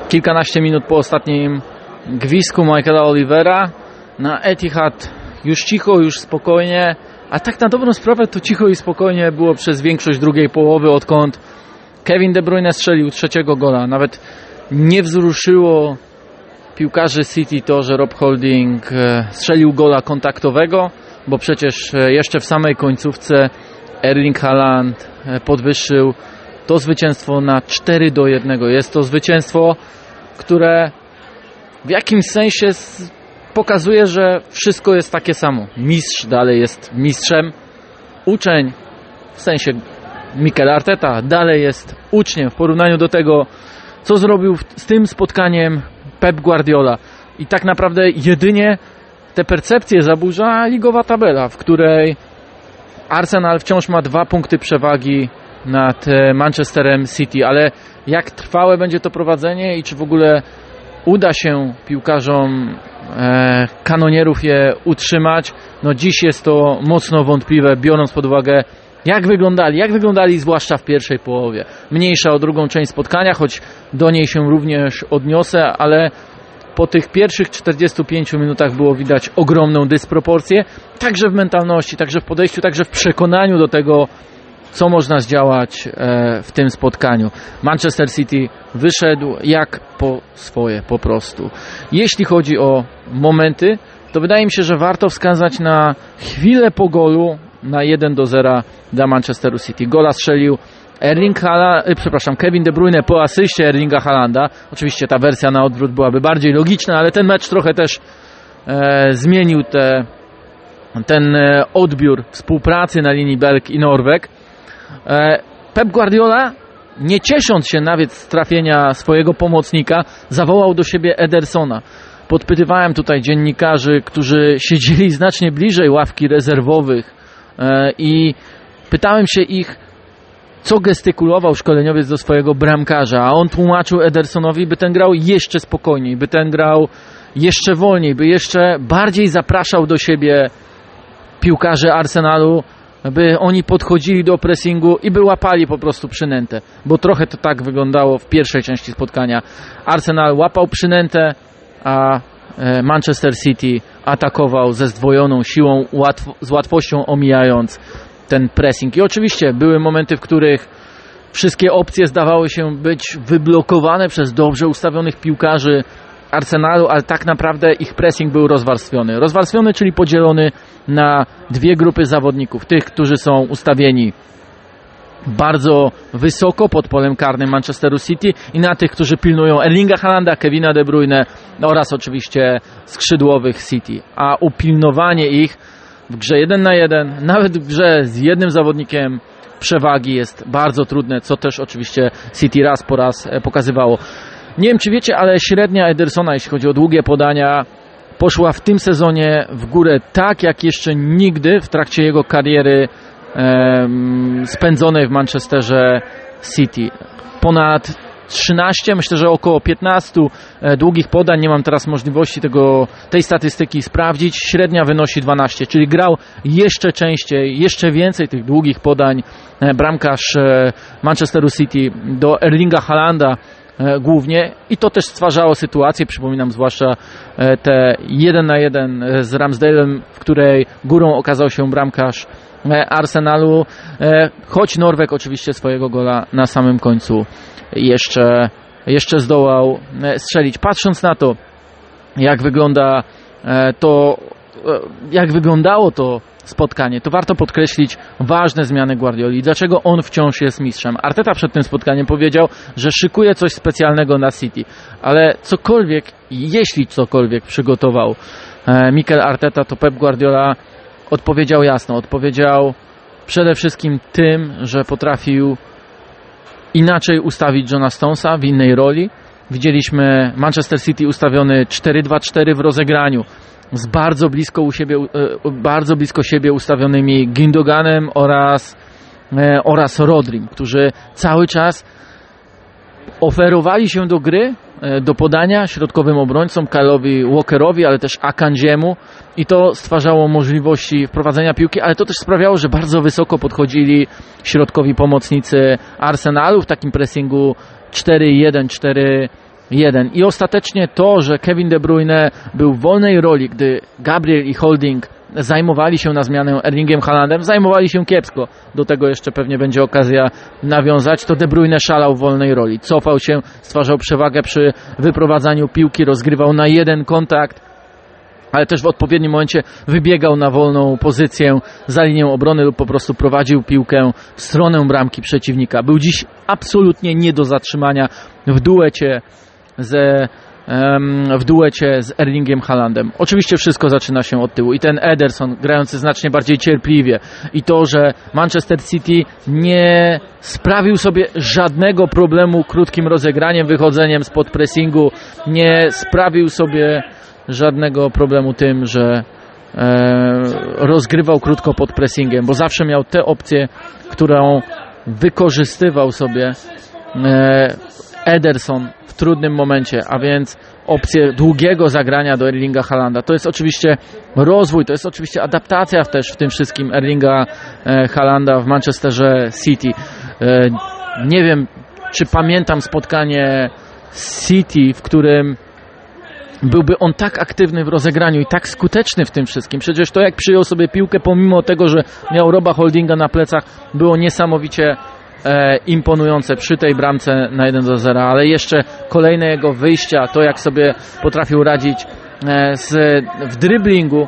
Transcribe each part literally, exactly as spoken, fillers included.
kilkanaście minut po ostatnim gwizdku Michaela Olivera. Na Etihad już cicho, już spokojnie, a tak na dobrą sprawę to cicho i spokojnie było przez większość drugiej połowy, odkąd Kevin De Bruyne strzelił trzeciego gola. Nawet nie wzruszyło piłkarzy City to, że Rob Holding strzelił gola kontaktowego, bo przecież jeszcze w samej końcówce Erling Haaland podwyższył to zwycięstwo na cztery do jednego. Jest to zwycięstwo, które w jakimś sensie pokazuje, że wszystko jest takie samo. Mistrz dalej jest mistrzem. Uczeń, w sensie Mikel Arteta, dalej jest uczniem w porównaniu do tego, co zrobił z tym spotkaniem Pep Guardiola. I tak naprawdę jedynie te percepcje zaburza ligowa tabela, w której Arsenal wciąż ma dwa punkty przewagi nad Manchesterem City, ale jak trwałe będzie to prowadzenie i czy w ogóle uda się piłkarzom e, kanonierów je utrzymać, no dziś jest to mocno wątpliwe, biorąc pod uwagę jak wyglądali, jak wyglądali zwłaszcza w pierwszej połowie. Mniejsza o drugą część spotkania, choć do niej się również odniosę, ale po tych pierwszych czterdziestu pięciu minutach było widać ogromną dysproporcję, także w mentalności, także w podejściu, także w przekonaniu do tego, co można zdziałać w tym spotkaniu. Manchester City wyszedł jak po swoje po prostu. Jeśli chodzi o momenty, to wydaje mi się, że warto wskazać na chwilę po golu na jeden do zera dla Manchesteru City. Gola strzelił Erling Haaland, przepraszam, Kevin De Bruyne po asyście Erlinga Haalanda. Oczywiście ta wersja na odwrót byłaby bardziej logiczna, ale ten mecz trochę też e, zmienił te, ten e, odbiór współpracy na linii Belg i Norweg. E, Pep Guardiola, nie ciesząc się nawet z trafienia swojego pomocnika, zawołał do siebie Edersona. Podpytywałem tutaj dziennikarzy, którzy siedzieli znacznie bliżej ławki rezerwowych e, i pytałem się ich, co gestykulował szkoleniowiec do swojego bramkarza, a on tłumaczył Edersonowi, by ten grał jeszcze spokojniej, by ten grał jeszcze wolniej, by jeszcze bardziej zapraszał do siebie piłkarzy Arsenalu, by oni podchodzili do pressingu i by łapali po prostu przynętę, bo trochę to tak wyglądało w pierwszej części spotkania. Arsenal łapał przynętę, a Manchester City atakował ze zdwojoną siłą, łatwo, z łatwością omijając ten pressing. I oczywiście były momenty, w których wszystkie opcje zdawały się być wyblokowane przez dobrze ustawionych piłkarzy Arsenalu, ale tak naprawdę ich pressing był rozwarstwiony. Rozwarstwiony, czyli podzielony na dwie grupy zawodników. Tych, którzy są ustawieni bardzo wysoko pod polem karnym Manchesteru City i na tych, którzy pilnują Erlinga Haalanda, Kevina De Bruyne oraz oczywiście skrzydłowych City. A upilnowanie ich w grze jeden na jeden, nawet w grze z jednym zawodnikiem przewagi jest bardzo trudne, co też oczywiście City raz po raz pokazywało. Nie wiem, czy wiecie, ale średnia Edersona, jeśli chodzi o długie podania, poszła w tym sezonie w górę tak, jak jeszcze nigdy w trakcie jego kariery e, spędzonej w Manchesterze City. Ponad trzynaście, myślę, że około piętnaście e, długich podań, nie mam teraz możliwości tego, tej statystyki sprawdzić, średnia wynosi dwanaście, czyli grał jeszcze częściej, jeszcze więcej tych długich podań e, bramkarz e, Manchesteru City do Erlinga Haalanda głównie i to też stwarzało sytuację, przypominam zwłaszcza te jeden na jeden z Ramsdale'em, w której górą okazał się bramkarz Arsenalu, choć Norweg oczywiście swojego gola na samym końcu jeszcze, jeszcze zdołał strzelić. Patrząc na to, jak wygląda to, jak wyglądało to spotkanie, to warto podkreślić ważne zmiany Guardioli. Dlaczego on wciąż jest mistrzem? Arteta przed tym spotkaniem powiedział, że szykuje coś specjalnego na City, ale cokolwiek, jeśli cokolwiek przygotował Mikel Arteta, to Pep Guardiola odpowiedział jasno. Odpowiedział przede wszystkim tym, że potrafił inaczej ustawić Johna Stonesa w innej roli. Widzieliśmy Manchester City ustawiony cztery dwa cztery w rozegraniu, z bardzo blisko u siebie, bardzo blisko siebie ustawionymi Gündoganem oraz, oraz Rodrim, którzy cały czas oferowali się do gry, do podania środkowym obrońcom, Kyle'owi Walkerowi, ale też Akanjiemu, i to stwarzało możliwości wprowadzenia piłki, ale to też sprawiało, że bardzo wysoko podchodzili środkowi pomocnicy Arsenalu w takim pressingu cztery jeden cztery jeden. I ostatecznie to, że Kevin De Bruyne był w wolnej roli, gdy Gabriel i Holding zajmowali się na zmianę Erlingiem Haalandem, zajmowali się kiepsko. Do tego jeszcze pewnie będzie okazja nawiązać. To De Bruyne szalał w wolnej roli. Cofał się, stwarzał przewagę przy wyprowadzaniu piłki, rozgrywał na jeden kontakt, ale też w odpowiednim momencie wybiegał na wolną pozycję za linię obrony lub po prostu prowadził piłkę w stronę bramki przeciwnika. Był dziś absolutnie nie do zatrzymania w duecie ze w duecie z Erlingiem Haalandem. Oczywiście wszystko zaczyna się od tyłu i ten Ederson grający znacznie bardziej cierpliwie i to, że Manchester City nie sprawił sobie żadnego problemu krótkim rozegraniem, wychodzeniem spod pressingu, nie sprawił sobie żadnego problemu tym, że e, rozgrywał krótko pod pressingiem, bo zawsze miał tę opcję, którą wykorzystywał sobie e, Ederson w trudnym momencie, a więc opcję długiego zagrania do Erlinga Haalanda. To jest oczywiście rozwój, to jest oczywiście adaptacja też w tym wszystkim Erlinga e, Haalanda w Manchesterze City. E, nie wiem, czy pamiętam spotkanie City, w którym byłby on tak aktywny w rozegraniu i tak skuteczny w tym wszystkim. Przecież to, jak przyjął sobie piłkę, pomimo tego, że miał Roba Holdinga na plecach, było niesamowicie e, imponujące przy tej bramce na jeden do zera, ale jeszcze kolejne jego wyjścia, to jak sobie potrafił radzić e, z, w driblingu.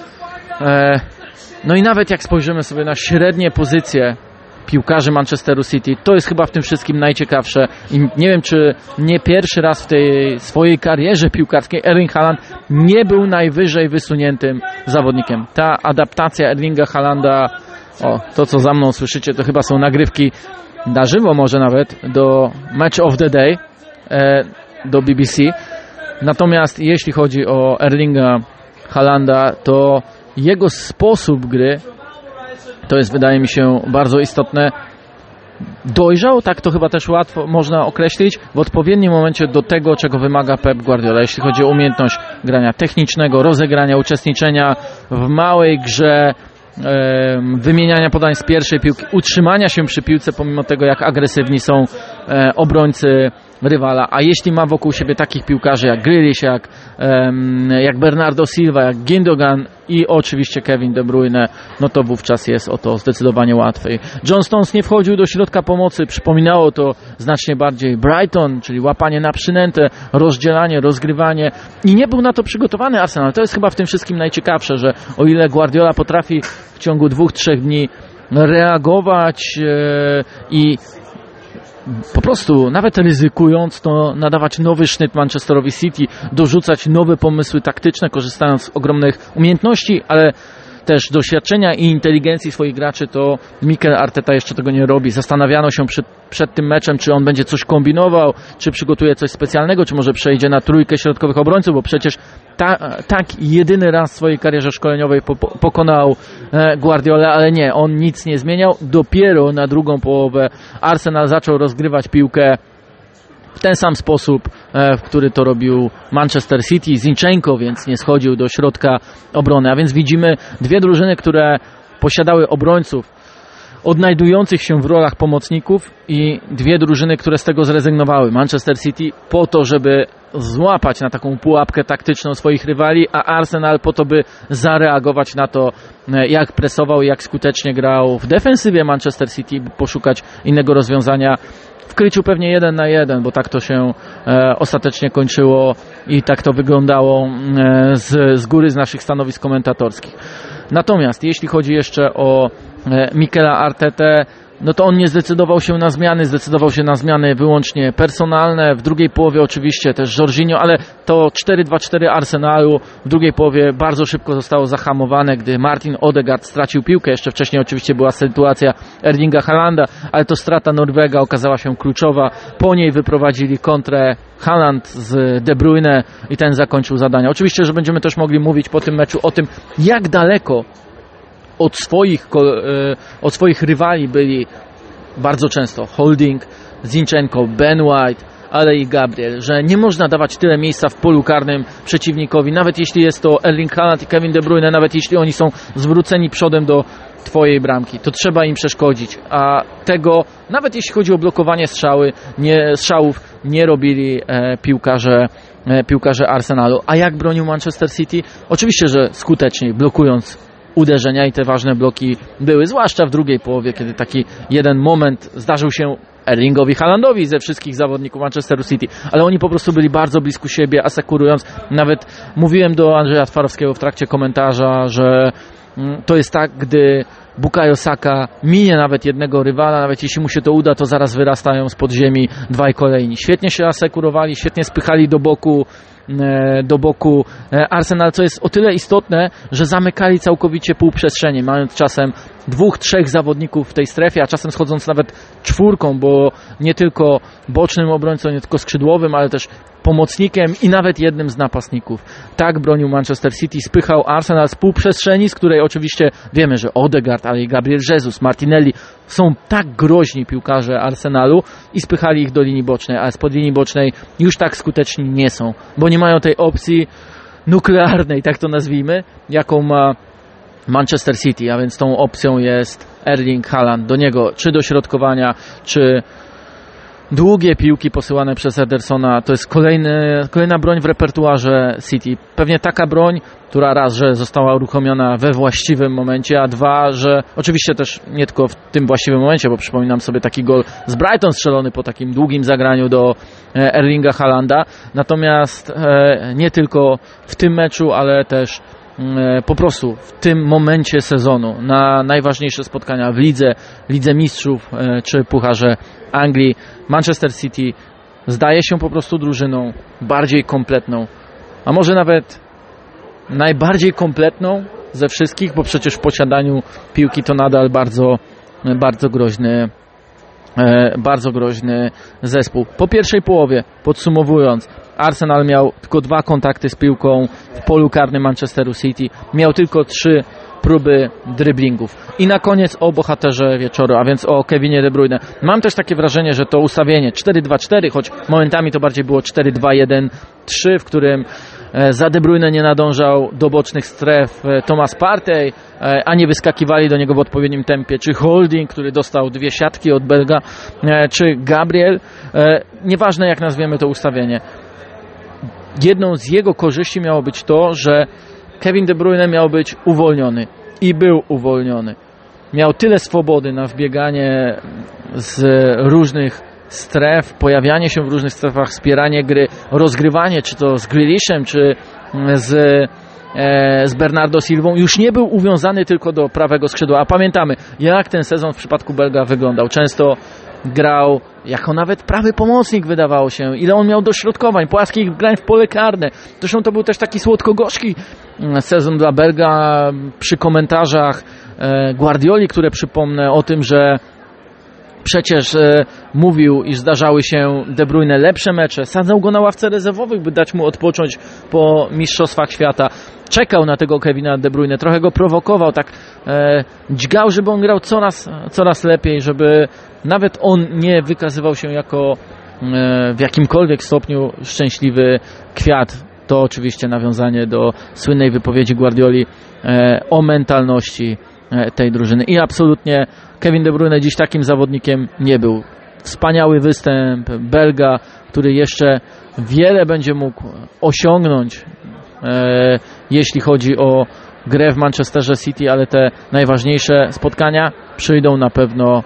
E, no i nawet jak spojrzymy sobie na średnie pozycje piłkarzy Manchesteru City, to jest chyba w tym wszystkim najciekawsze i nie wiem, czy nie pierwszy raz w tej swojej karierze piłkarskiej Erling Haaland nie był najwyżej wysuniętym zawodnikiem. Ta adaptacja Erlinga Haalanda, o, to co za mną słyszycie, to chyba są nagrywki na żywo może nawet do Match of the Day, e, do B B C. Natomiast jeśli chodzi o Erlinga Haalanda, to jego sposób gry to jest, wydaje mi się, bardzo istotne. Dojrzał, tak to chyba też łatwo można określić, w odpowiednim momencie do tego, czego wymaga Pep Guardiola, jeśli chodzi o umiejętność grania technicznego, rozegrania, uczestniczenia w małej grze, e, wymieniania podań z pierwszej piłki, utrzymania się przy piłce, pomimo tego, jak agresywni są e, obrońcy rywala, a jeśli ma wokół siebie takich piłkarzy jak Grealish, jak, um, jak Bernardo Silva, jak Gundogan i oczywiście Kevin De Bruyne, no to wówczas jest o to zdecydowanie łatwiej. John Stones nie wchodził do środka pomocy, przypominało to znacznie bardziej Brighton, czyli łapanie na przynętę, rozdzielanie, rozgrywanie i nie był na to przygotowany Arsenal. To jest chyba w tym wszystkim najciekawsze, że o ile Guardiola potrafi w ciągu dwóch, trzech dni reagować e, i po prostu, nawet ryzykując, to nadawać nowy sznyt Manchesterowi City, dorzucać nowe pomysły taktyczne, korzystając z ogromnych umiejętności, ale też doświadczenia i inteligencji swoich graczy, to Mikel Arteta jeszcze tego nie robi. Zastanawiano się przed, przed tym meczem, czy on będzie coś kombinował, czy przygotuje coś specjalnego, czy może przejdzie na trójkę środkowych obrońców, bo przecież ta, tak jedyny raz w swojej karierze szkoleniowej po, po, pokonał e, Guardiola, ale nie, on nic nie zmieniał. Dopiero na drugą połowę Arsenal zaczął rozgrywać piłkę w ten sam sposób, w który to robił Manchester City. Zinchenko więc nie schodził do środka obrony, a więc widzimy dwie drużyny, które posiadały obrońców odnajdujących się w rolach pomocników i dwie drużyny, które z tego zrezygnowały. Manchester City po to, żeby złapać na taką pułapkę taktyczną swoich rywali, a Arsenal po to, by zareagować na to, jak presował i jak skutecznie grał w defensywie Manchester City, by poszukać innego rozwiązania w kryciu pewnie jeden na jeden, bo tak to się e, ostatecznie kończyło i tak to wyglądało e, z, z góry z naszych stanowisk komentatorskich. Natomiast jeśli chodzi jeszcze o e, Mikela Artetę, no to on nie zdecydował się na zmiany, zdecydował się na zmiany wyłącznie personalne. W drugiej połowie oczywiście też Jorginho, ale to cztery dwa cztery Arsenalu w drugiej połowie bardzo szybko zostało zahamowane, gdy Martin Odegaard stracił piłkę. Jeszcze wcześniej oczywiście była sytuacja Erlinga Haalanda, ale to strata Norwega okazała się kluczowa. Po niej wyprowadzili kontrę Haaland z De Bruyne i ten zakończył zadania. Oczywiście, że będziemy też mogli mówić po tym meczu o tym, jak daleko od swoich, od swoich rywali byli bardzo często Holding, Zinchenko, Ben White, ale i Gabriel, że nie można dawać tyle miejsca w polu karnym przeciwnikowi, nawet jeśli jest to Erling Haaland i Kevin De Bruyne, nawet jeśli oni są zwróceni przodem do twojej bramki, to trzeba im przeszkodzić, a tego, nawet jeśli chodzi o blokowanie strzały, nie, strzałów, nie robili e, piłkarze, e, piłkarze Arsenalu. A jak bronił Manchester City? Oczywiście, że skutecznie, blokując uderzenia i te ważne bloki były, zwłaszcza w drugiej połowie, kiedy taki jeden moment zdarzył się Erlingowi Haalandowi ze wszystkich zawodników Manchesteru City, ale oni po prostu byli bardzo blisko siebie, asekurując. Nawet mówiłem do Andrzeja Twarowskiego w trakcie komentarza, że to jest tak, gdy Bukayo Saka minie nawet jednego rywala, nawet jeśli mu się to uda, to zaraz wyrastają z podziemi dwaj kolejni. Świetnie się asekurowali, świetnie spychali do boku do boku Arsenal, co jest o tyle istotne, że zamykali całkowicie półprzestrzenie, mając czasem dwóch, trzech zawodników w tej strefie, a czasem schodząc nawet czwórką, bo nie tylko bocznym obrońcą, nie tylko skrzydłowym, ale też pomocnikiem i nawet jednym z napastników. Tak bronił Manchester City, spychał Arsenal z półprzestrzeni, z której oczywiście wiemy, że Odegaard, ale i Gabriel Jesus, Martinelli są tak groźni piłkarze Arsenalu i spychali ich do linii bocznej, a spod linii bocznej już tak skuteczni nie są, bo nie mają tej opcji nuklearnej, tak to nazwijmy, jaką ma Manchester City, a więc tą opcją jest Erling Haaland. Do niego czy dośrodkowania, czy długie piłki posyłane przez Edersona, to jest kolejny, kolejna broń w repertuarze City. Pewnie taka broń, która raz, że została uruchomiona we właściwym momencie, a dwa, że oczywiście też nie tylko w tym właściwym momencie, bo przypominam sobie taki gol z Brighton strzelony po takim długim zagraniu do Erlinga Haalanda. Natomiast nie tylko w tym meczu, ale też po prostu w tym momencie sezonu na najważniejsze spotkania w lidze, Lidze Mistrzów czy Pucharze Anglii, Manchester City zdaje się po prostu drużyną bardziej kompletną, a może nawet najbardziej kompletną ze wszystkich, bo przecież w posiadaniu piłki to nadal bardzo, bardzo groźny bardzo groźny zespół. Po pierwszej połowie, podsumowując, Arsenal miał tylko dwa kontakty z piłką w polu karnym Manchesteru City. Miał tylko trzy próby driblingów. I na koniec o bohaterze wieczoru, a więc o Kevinie De Bruyne. Mam też takie wrażenie, że to ustawienie cztery dwa cztery, choć momentami to bardziej było cztery dwa jeden trzy, w którym za De Bruyne nie nadążał do bocznych stref Thomas Partey, a nie wyskakiwali do niego w odpowiednim tempie, czy Holding, który dostał dwie siatki od Belga, czy Gabriel. Nieważne jak nazwiemy to ustawienie. Jedną z jego korzyści miało być to, że Kevin De Bruyne miał być uwolniony i był uwolniony. Miał tyle swobody na wbieganie z różnych stref, pojawianie się w różnych strefach, wspieranie gry, rozgrywanie, czy to z Grealishem, czy z, e, z Bernardo Silvą. Już nie był uwiązany tylko do prawego skrzydła. A pamiętamy, jak ten sezon w przypadku Belga wyglądał. Często grał jako nawet prawy pomocnik, wydawało się. Ile on miał dośrodkowań, płaskich grań w pole karne. Zresztą to był też taki słodko-gorzki sezon dla Belga. Przy komentarzach Guardioli, które przypomnę o tym, że przecież e, mówił, iż zdarzały się De Bruyne lepsze mecze. Sadzał go na ławce rezerwowych, by dać mu odpocząć po mistrzostwach świata. Czekał na tego Kevina De Bruyne, trochę go prowokował, tak e, dźgał, żeby on grał coraz, coraz lepiej, żeby nawet on nie wykazywał się jako e, w jakimkolwiek stopniu szczęśliwy kwiat. To oczywiście nawiązanie do słynnej wypowiedzi Guardioli e, o mentalności e, tej drużyny. I absolutnie Kevin De Bruyne dziś takim zawodnikiem nie był. Wspaniały występ Belga, który jeszcze wiele będzie mógł osiągnąć, e, jeśli chodzi o grę w Manchesterze City, ale te najważniejsze spotkania przyjdą na pewno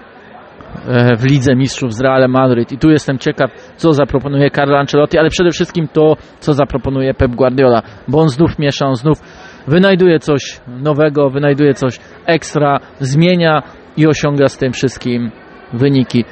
e, w Lidze Mistrzów z Realem Madryt. I tu jestem ciekaw, co zaproponuje Carlo Ancelotti, ale przede wszystkim to, co zaproponuje Pep Guardiola, bo on znów miesza, on znów wynajduje coś nowego, wynajduje coś ekstra, zmienia i osiąga z tym wszystkim wyniki.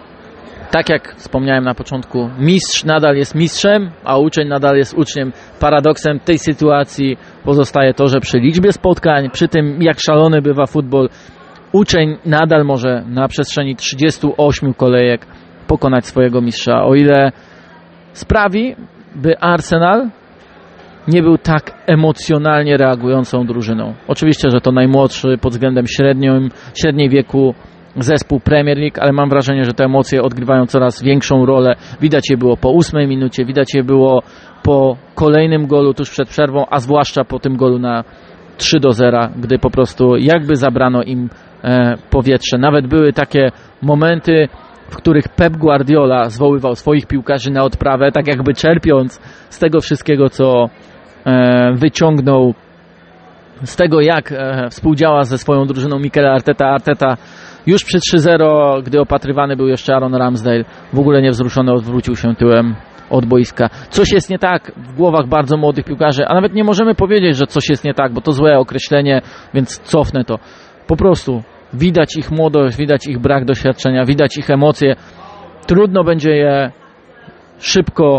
Tak jak wspomniałem na początku, mistrz nadal jest mistrzem, a uczeń nadal jest uczniem. Paradoksem tej sytuacji pozostaje to, że przy liczbie spotkań, przy tym jak szalony bywa futbol, uczeń nadal może na przestrzeni trzydziestu ośmiu kolejek pokonać swojego mistrza. O ile sprawi, by Arsenal nie był tak emocjonalnie reagującą drużyną. Oczywiście, że to najmłodszy pod względem średnią, średniej wieku zespół Premier League, ale mam wrażenie, że te emocje odgrywają coraz większą rolę. Widać je było po ósmej minucie, widać je było po kolejnym golu tuż przed przerwą, a zwłaszcza po tym golu na trzy do zera, gdy po prostu jakby zabrano im e, powietrze. Nawet były takie momenty, w których Pep Guardiola zwoływał swoich piłkarzy na odprawę, tak jakby czerpiąc z tego wszystkiego, co e, wyciągnął z tego, jak e, współdziała ze swoją drużyną Mikel Arteta. Arteta już przy trzy zero, gdy opatrywany był jeszcze Aaron Ramsdale, w ogóle niewzruszony odwrócił się tyłem od boiska. Coś jest nie tak w głowach bardzo młodych piłkarzy, a nawet nie możemy powiedzieć, że coś jest nie tak, bo to złe określenie, więc cofnę to. Po prostu widać ich młodość, widać ich brak doświadczenia, widać ich emocje. Trudno będzie je szybko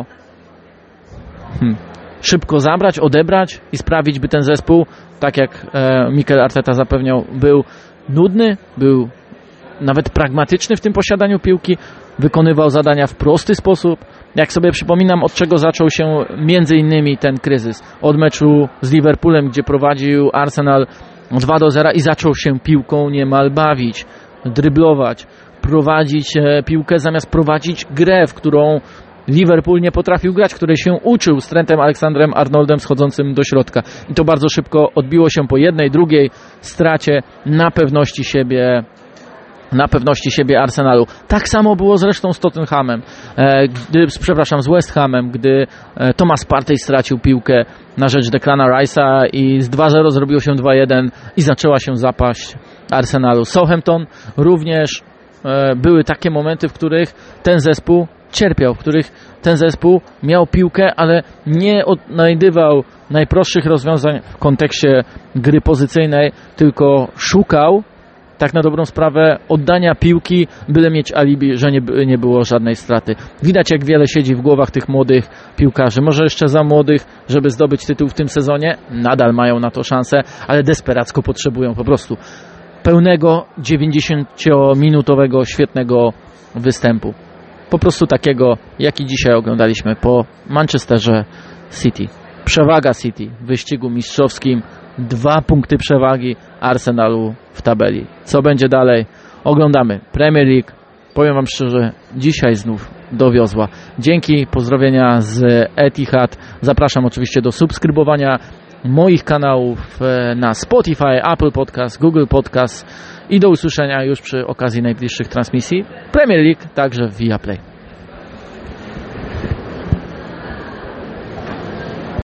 hmm, szybko zabrać, odebrać i sprawić, by ten zespół, tak jak e, Mikel Arteta zapewniał, był nudny, był nawet pragmatyczny w tym posiadaniu piłki, wykonywał zadania w prosty sposób. Jak sobie przypominam, od czego zaczął się między innymi ten kryzys. Od meczu z Liverpoolem, gdzie prowadził Arsenal dwa do zera i zaczął się piłką niemal bawić, dryblować, prowadzić piłkę zamiast prowadzić grę, w którą Liverpool nie potrafił grać, której się uczył z Trentem Alexander-Arnoldem schodzącym do środka. I to bardzo szybko odbiło się po jednej, drugiej stracie na pewności siebie na pewności siebie Arsenalu. Tak samo było zresztą z Tottenhamem, e, gdy, przepraszam, z West Hamem, gdy e, Thomas Partey stracił piłkę na rzecz Declana Rice'a i z dwa zero zrobiło się dwa jeden i zaczęła się zapaść Arsenalu. Southampton również e, były takie momenty, w których ten zespół cierpiał, w których ten zespół miał piłkę, ale nie odnajdywał najprostszych rozwiązań w kontekście gry pozycyjnej, tylko szukał tak na dobrą sprawę oddania piłki, byle mieć alibi, że nie, nie było żadnej straty. Widać, jak wiele siedzi w głowach tych młodych piłkarzy. Może jeszcze za młodych, żeby zdobyć tytuł w tym sezonie. Nadal mają na to szansę, ale desperacko potrzebują po prostu pełnego dziewięćdziesięciominutowego świetnego występu. Po prostu takiego, jaki dzisiaj oglądaliśmy po Manchesterze City. Przewaga City w wyścigu mistrzowskim. Dwa punkty przewagi Arsenalu w tabeli. Co będzie dalej? Oglądamy Premier League. Powiem wam szczerze, dzisiaj znów dowiozła. Dzięki, pozdrowienia z Etihad. Zapraszam oczywiście do subskrybowania moich kanałów na Spotify, Apple Podcast, Google Podcast i do usłyszenia już przy okazji najbliższych transmisji Premier League, także w Viaplay.